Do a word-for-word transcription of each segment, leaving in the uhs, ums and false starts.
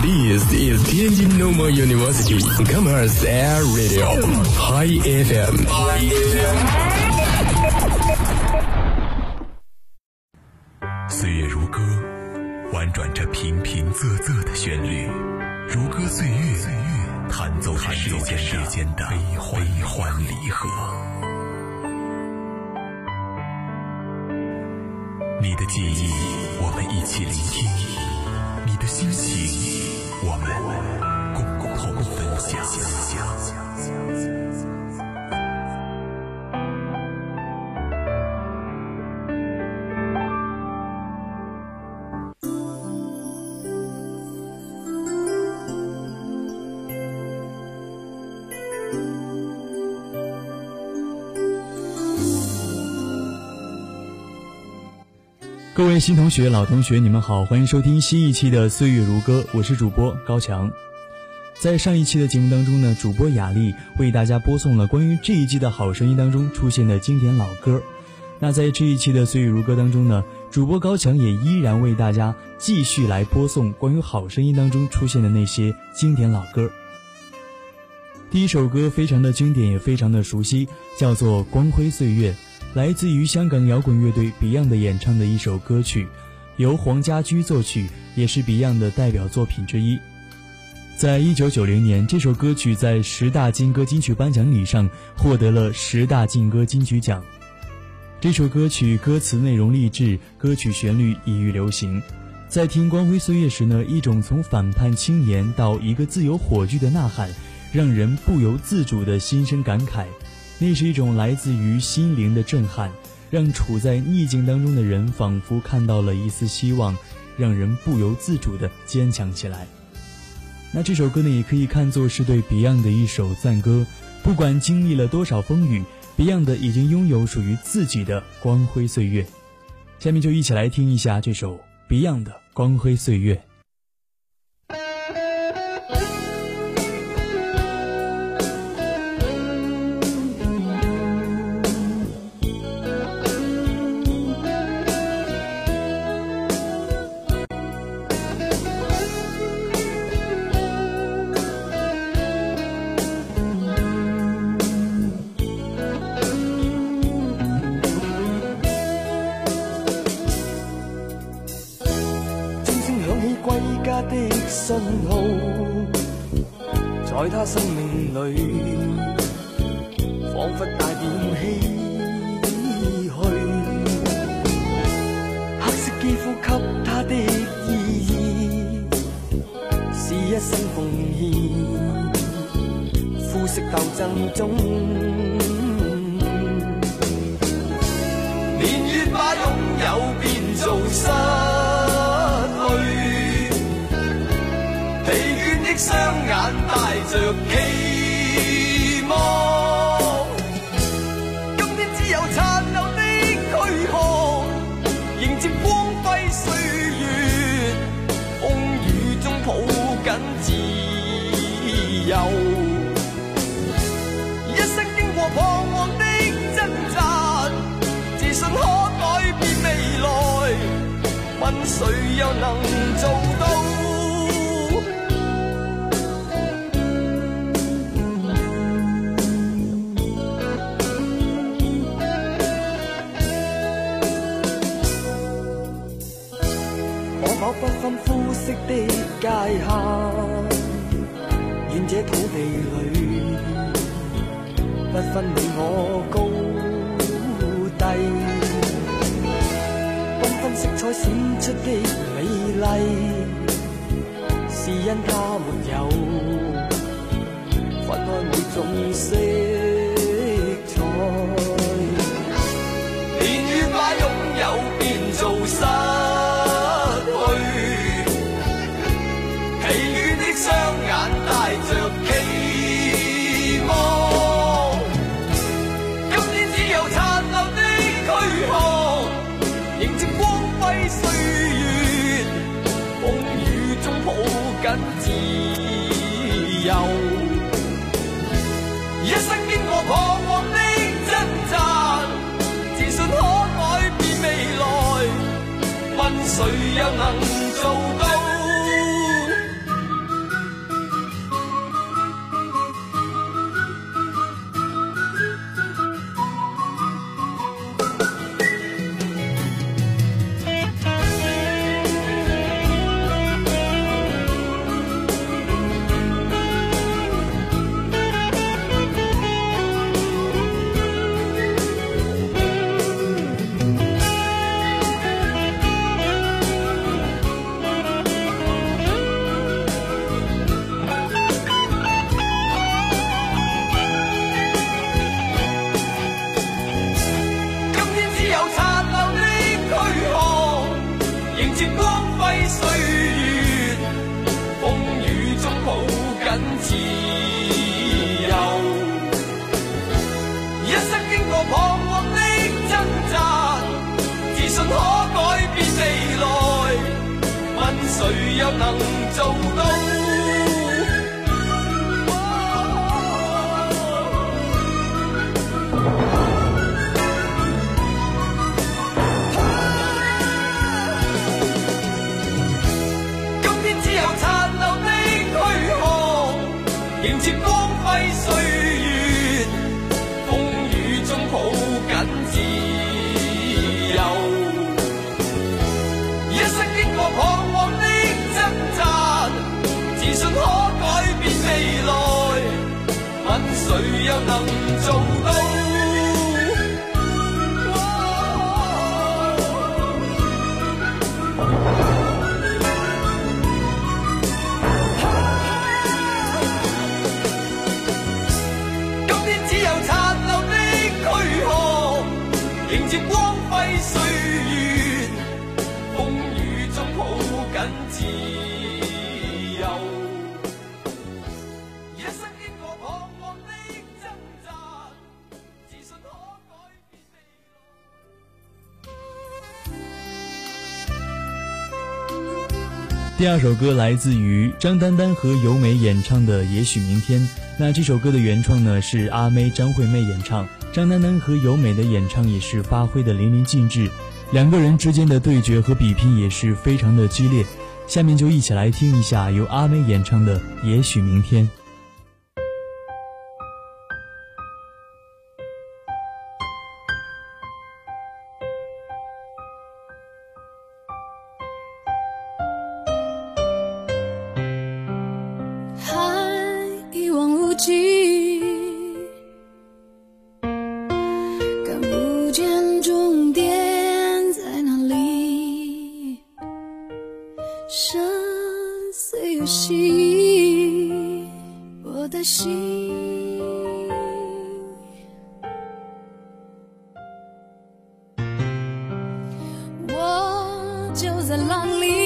This is Tianjin Normal University Commerce Air Radio High F M。 岁月如歌，婉转着平平仄仄的旋律，如歌岁月，弹奏着世间的悲欢离合。你的记忆，我们一起聆听；你的心情，我们共同分享。 各位新同学、老同学，你们好，欢迎收听新一期的《岁月如歌》，我是主播高强。在上一期的节目当中呢，主播雅丽为大家播送了关于这一季的好声音当中出现的经典老歌。那在这一期的《岁月如歌》当中呢，主播高强也依然为大家继续来播送关于好声音当中出现的那些经典老歌。第一首歌非常的经典，也非常的熟悉，叫做《光辉岁月》。来自于香港摇滚乐队 Beyond 演唱的一首歌曲，由黄家驹作曲，也是 Beyond 的代表作品之一。在一九九零年，这首歌曲在十大金歌金曲颁奖礼上获得了十大劲歌金曲奖。这首歌曲歌词内容励志，歌曲旋律异域流行。在听《光辉岁月》时呢，一种从反叛青年到一个自由火炬的呐喊，让人不由自主地心生感慨。那是一种来自于心灵的震撼，让处在逆境当中的人仿佛看到了一丝希望，让人不由自主地坚强起来。那这首歌呢，也可以看作是对 Beyond 的一首赞歌。不管经历了多少风雨， Beyond 已经拥有属于自己的光辉岁月。下面就一起来听一下这首 Beyond 的光辉岁月。 信號在他生命裏彷彿帶點唏噓，黑色肌膚給他的意義是一生奉獻，膚色鬥爭中年月把擁有變做失雙眼帶着期望，今天只有殘留的軀殼迎接光輝歲月，風雨中抱緊自由，一生經過彷徨的掙扎，自信可改變未來，問誰又能做到？不分膚色的界限，願這土地裏不分你我高低，繽紛色彩閃出的美麗，是因它沒有分開每種色彩，年月把擁有變做失雙眼帶着期望，今天只有殘留的軀殼迎接光輝歲月，風雨中抱緊自由，一生經過彷徨的掙扎，自信可改變未來，問誰又能做到？ 谁又能做到？今天只有殘留的軀殼，迎接光輝歲月，風雨中抱緊自由。一生經過彷徨的掙扎，自信可改變未來，問誰又能做到？迎接光輝歲月，風雨中抱緊自由。一生經過彷徨的掙扎，自信可改變未來。 第二首歌来自于张丹丹和由美演唱的《也许明天》。那这首歌的原创呢是阿妹张惠妹演唱，张丹丹和由美的演唱也是发挥的淋漓尽致，两个人之间的对决和比拼也是非常的激烈。下面就一起来听一下由阿妹演唱的《也许明天》。 看不见终点在哪里，生死游戏，我的心，我就在浪里。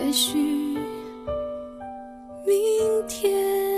也许明天。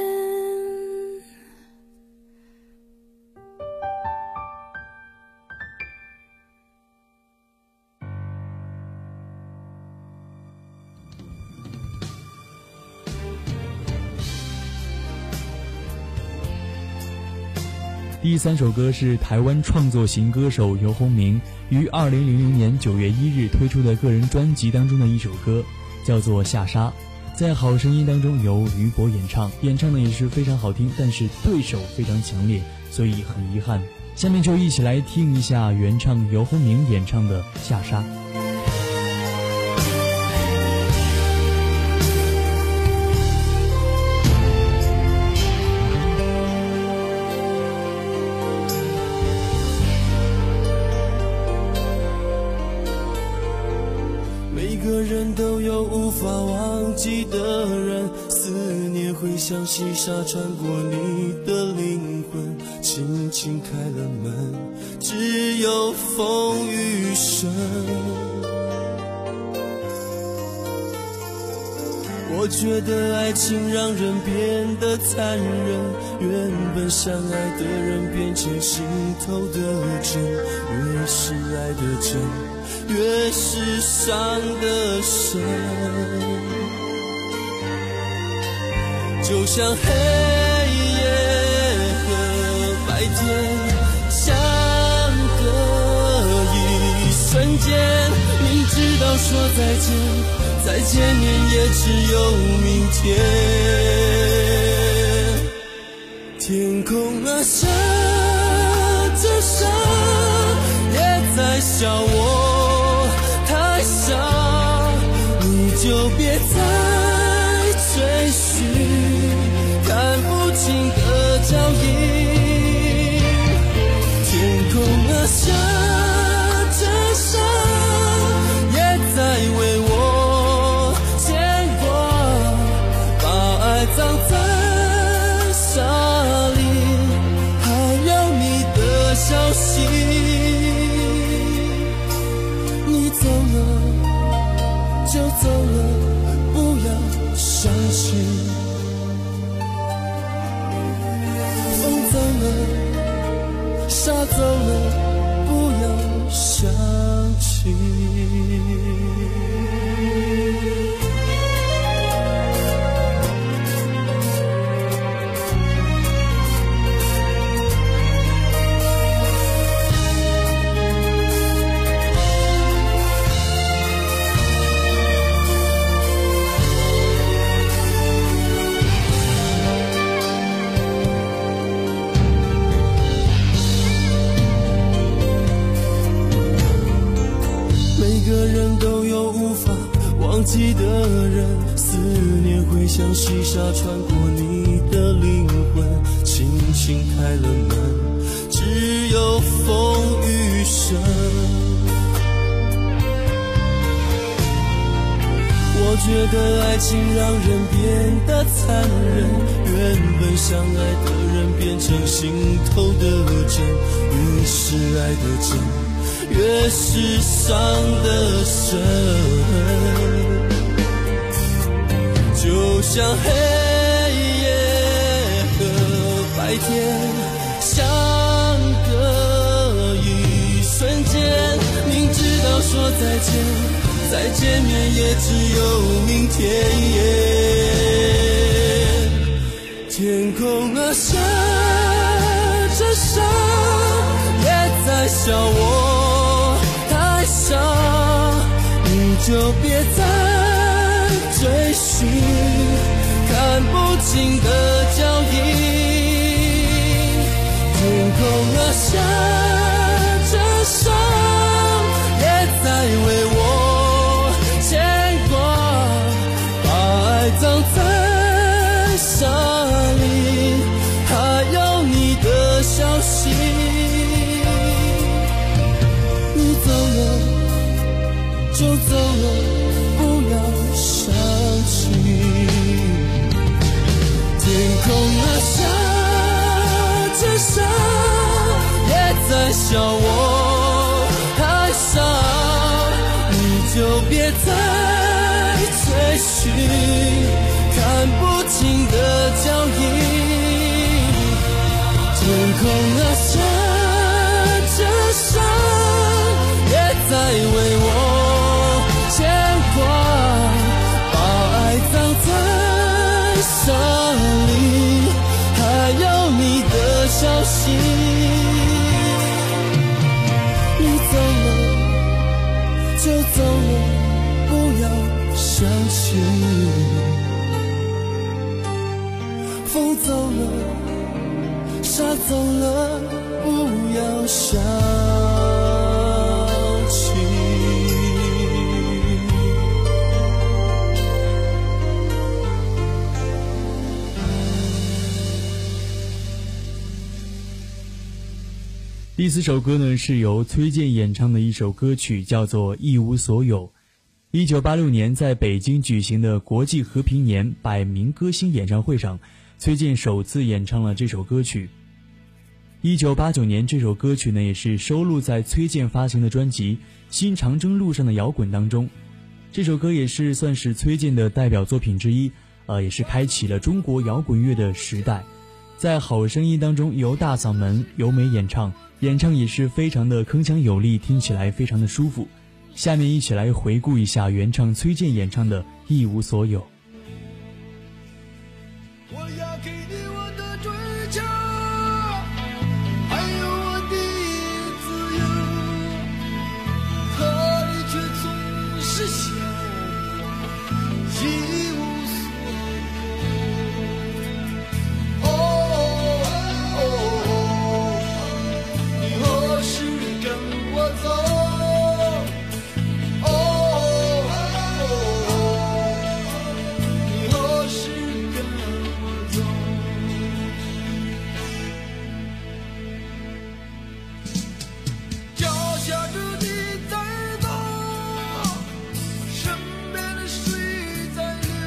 第三首歌是台湾创作型歌手游鸿明于二零零零年九月一日推出的个人专辑当中的一首歌，叫做《下沙》，在好声音当中由俞伯演唱，演唱的也是非常好听，但是对手非常强烈，所以很遗憾。下面就一起来听一下原唱游鸿明演唱的《下沙》。 每个人都有无法忘记的人，思念会像细沙穿过你的灵魂，轻轻开了门，只有风雨声。我觉得爱情让人变得残忍，原本相爱的人变成心头的针，越是爱的真，越是伤得深。就像黑夜和白天相隔一瞬间，明知道说再见再见面也只有明天。天空啊下着沙，也在笑我太傻，你就别再追寻看不清的脚印。天空啊下着沙，也在为我牵挂，把爱葬在沙里，还有你的消息。你走了就走了，不要伤心。风走了，沙走了，不要想起。每个人都有无法忘记的人，思念会像细沙穿过你的灵魂，轻轻开了门，只有风雨声。我觉得爱情让人变得残忍，原本相爱的人变成心头的针，越是爱的真，越是伤得深。就像黑夜和白天相隔一瞬间，明知道说再见再见面也只有明天。天空啊下着沙，也在笑我太傻，你就别再追寻看不清的脚印。天空啊下着沙，也在为我牵挂，把爱葬在沙里，还有你的消息。你走了就走了，不要想起。天空啊下着沙，也在笑我太傻，你就别再追追寻看不清的脚印，天空那下着沙，也在为我牵挂，把爱藏在沙里，还有你的消息。你走了就走了，不要想起。风走了，沙走了，不要想起。 第四首歌呢是由崔健演唱的一首歌曲，叫做《一无所有》。一九八六年在北京举行的国际和平年百名歌星演唱会上，崔健首次演唱了这首歌曲。一九八九年这首歌曲呢也是收录在崔健发行的专辑《新长征路上的摇滚》当中。这首歌也是算是崔健的代表作品之一，呃，也是开启了中国摇滚乐的时代。在好声音当中由大嗓门由美演唱，演唱也是非常的铿锵有力，听起来非常的舒服。下面一起来回顾一下原唱崔健演唱的《一无所有》。 我要给你我的追求，还有我的自由，可你却总是笑我一无所有。哦哦哦，你何时跟我走？身边的水在流。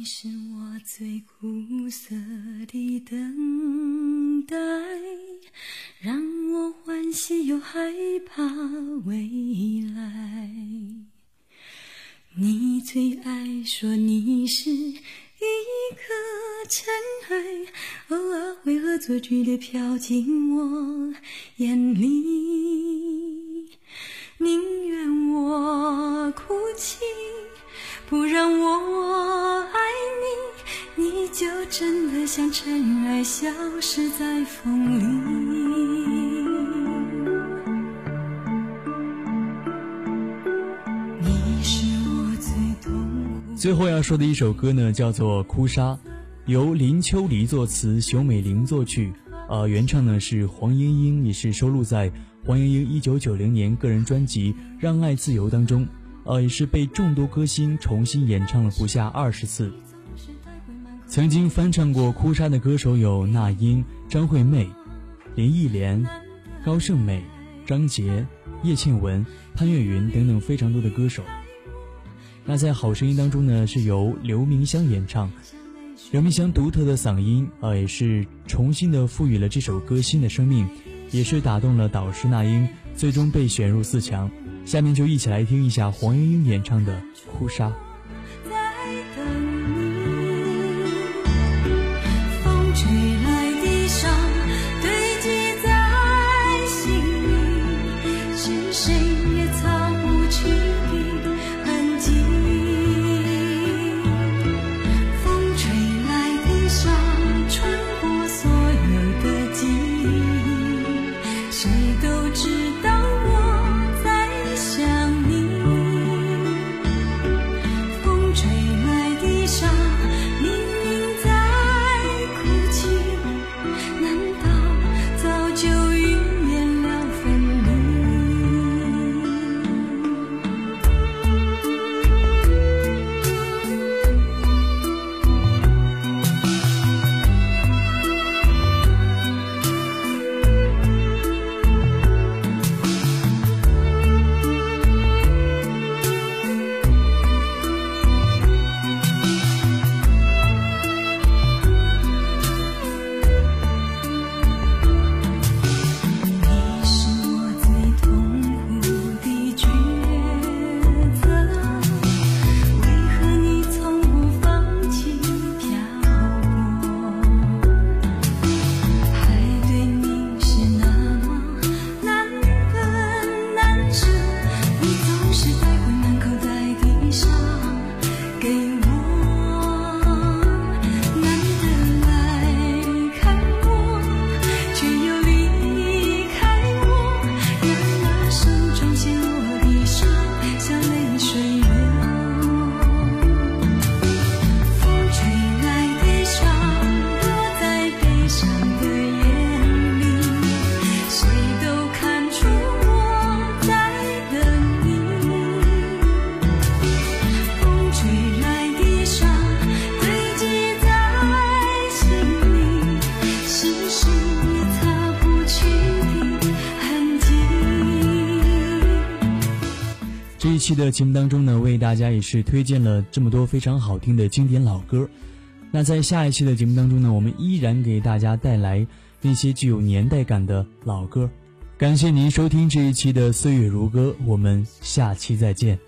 是我最苦涩的等待，让我欢喜又害怕未来。你最爱说你是一颗尘埃，偶尔会恶作剧地飘进我眼里，宁愿我哭泣，不让我爱你，你就真的像尘埃消失在风里。你是我最痛苦。 最后要说的一首歌呢，叫做《哭砂》，由林秋离作词，熊美玲作曲，呃，原唱呢是黄莺莺，也是收录在黄莺莺一九九零年个人专辑《让爱自由》当中。呃，也是被众多歌星重新演唱了不下二十次。曾经翻唱过《哭砂》的歌手有那英、张惠妹、林忆莲、高胜美、张杰、叶倩文、潘越云等等非常多的歌手。那在好声音当中呢，是由刘明湘演唱。刘明湘独特的嗓音，呃，也是重新的赋予了这首歌新的生命，也是打动了导师那英，最终被选入四强。下面就一起来听一下黄莺莺演唱的《哭砂》。 风吹来的沙堆积在心里，是谁也擦不去的痕迹。风吹来的沙穿过所有的记忆，谁都知道我在想你。风吹来的沙明明在哭泣，难道早就预言了分离？你是我最痛苦的抉择，为何你从不放弃漂泊？爱对你是那么难分难舍，你总是带回满口袋的沙给我，难得来看我，却又离开我，让那手中陷落的沙像泪水流。风吹来的沙落在悲伤的眼里，谁都看出我在等你。风吹来的沙堆积在心里，是谁也擦不去的痕迹。 这一期的节目当中呢，为大家也是推荐了这么多非常好听的经典老歌。那在下一期的节目当中呢，我们依然给大家带来那些具有年代感的老歌。感谢您收听这一期的岁月如歌，我们下期再见。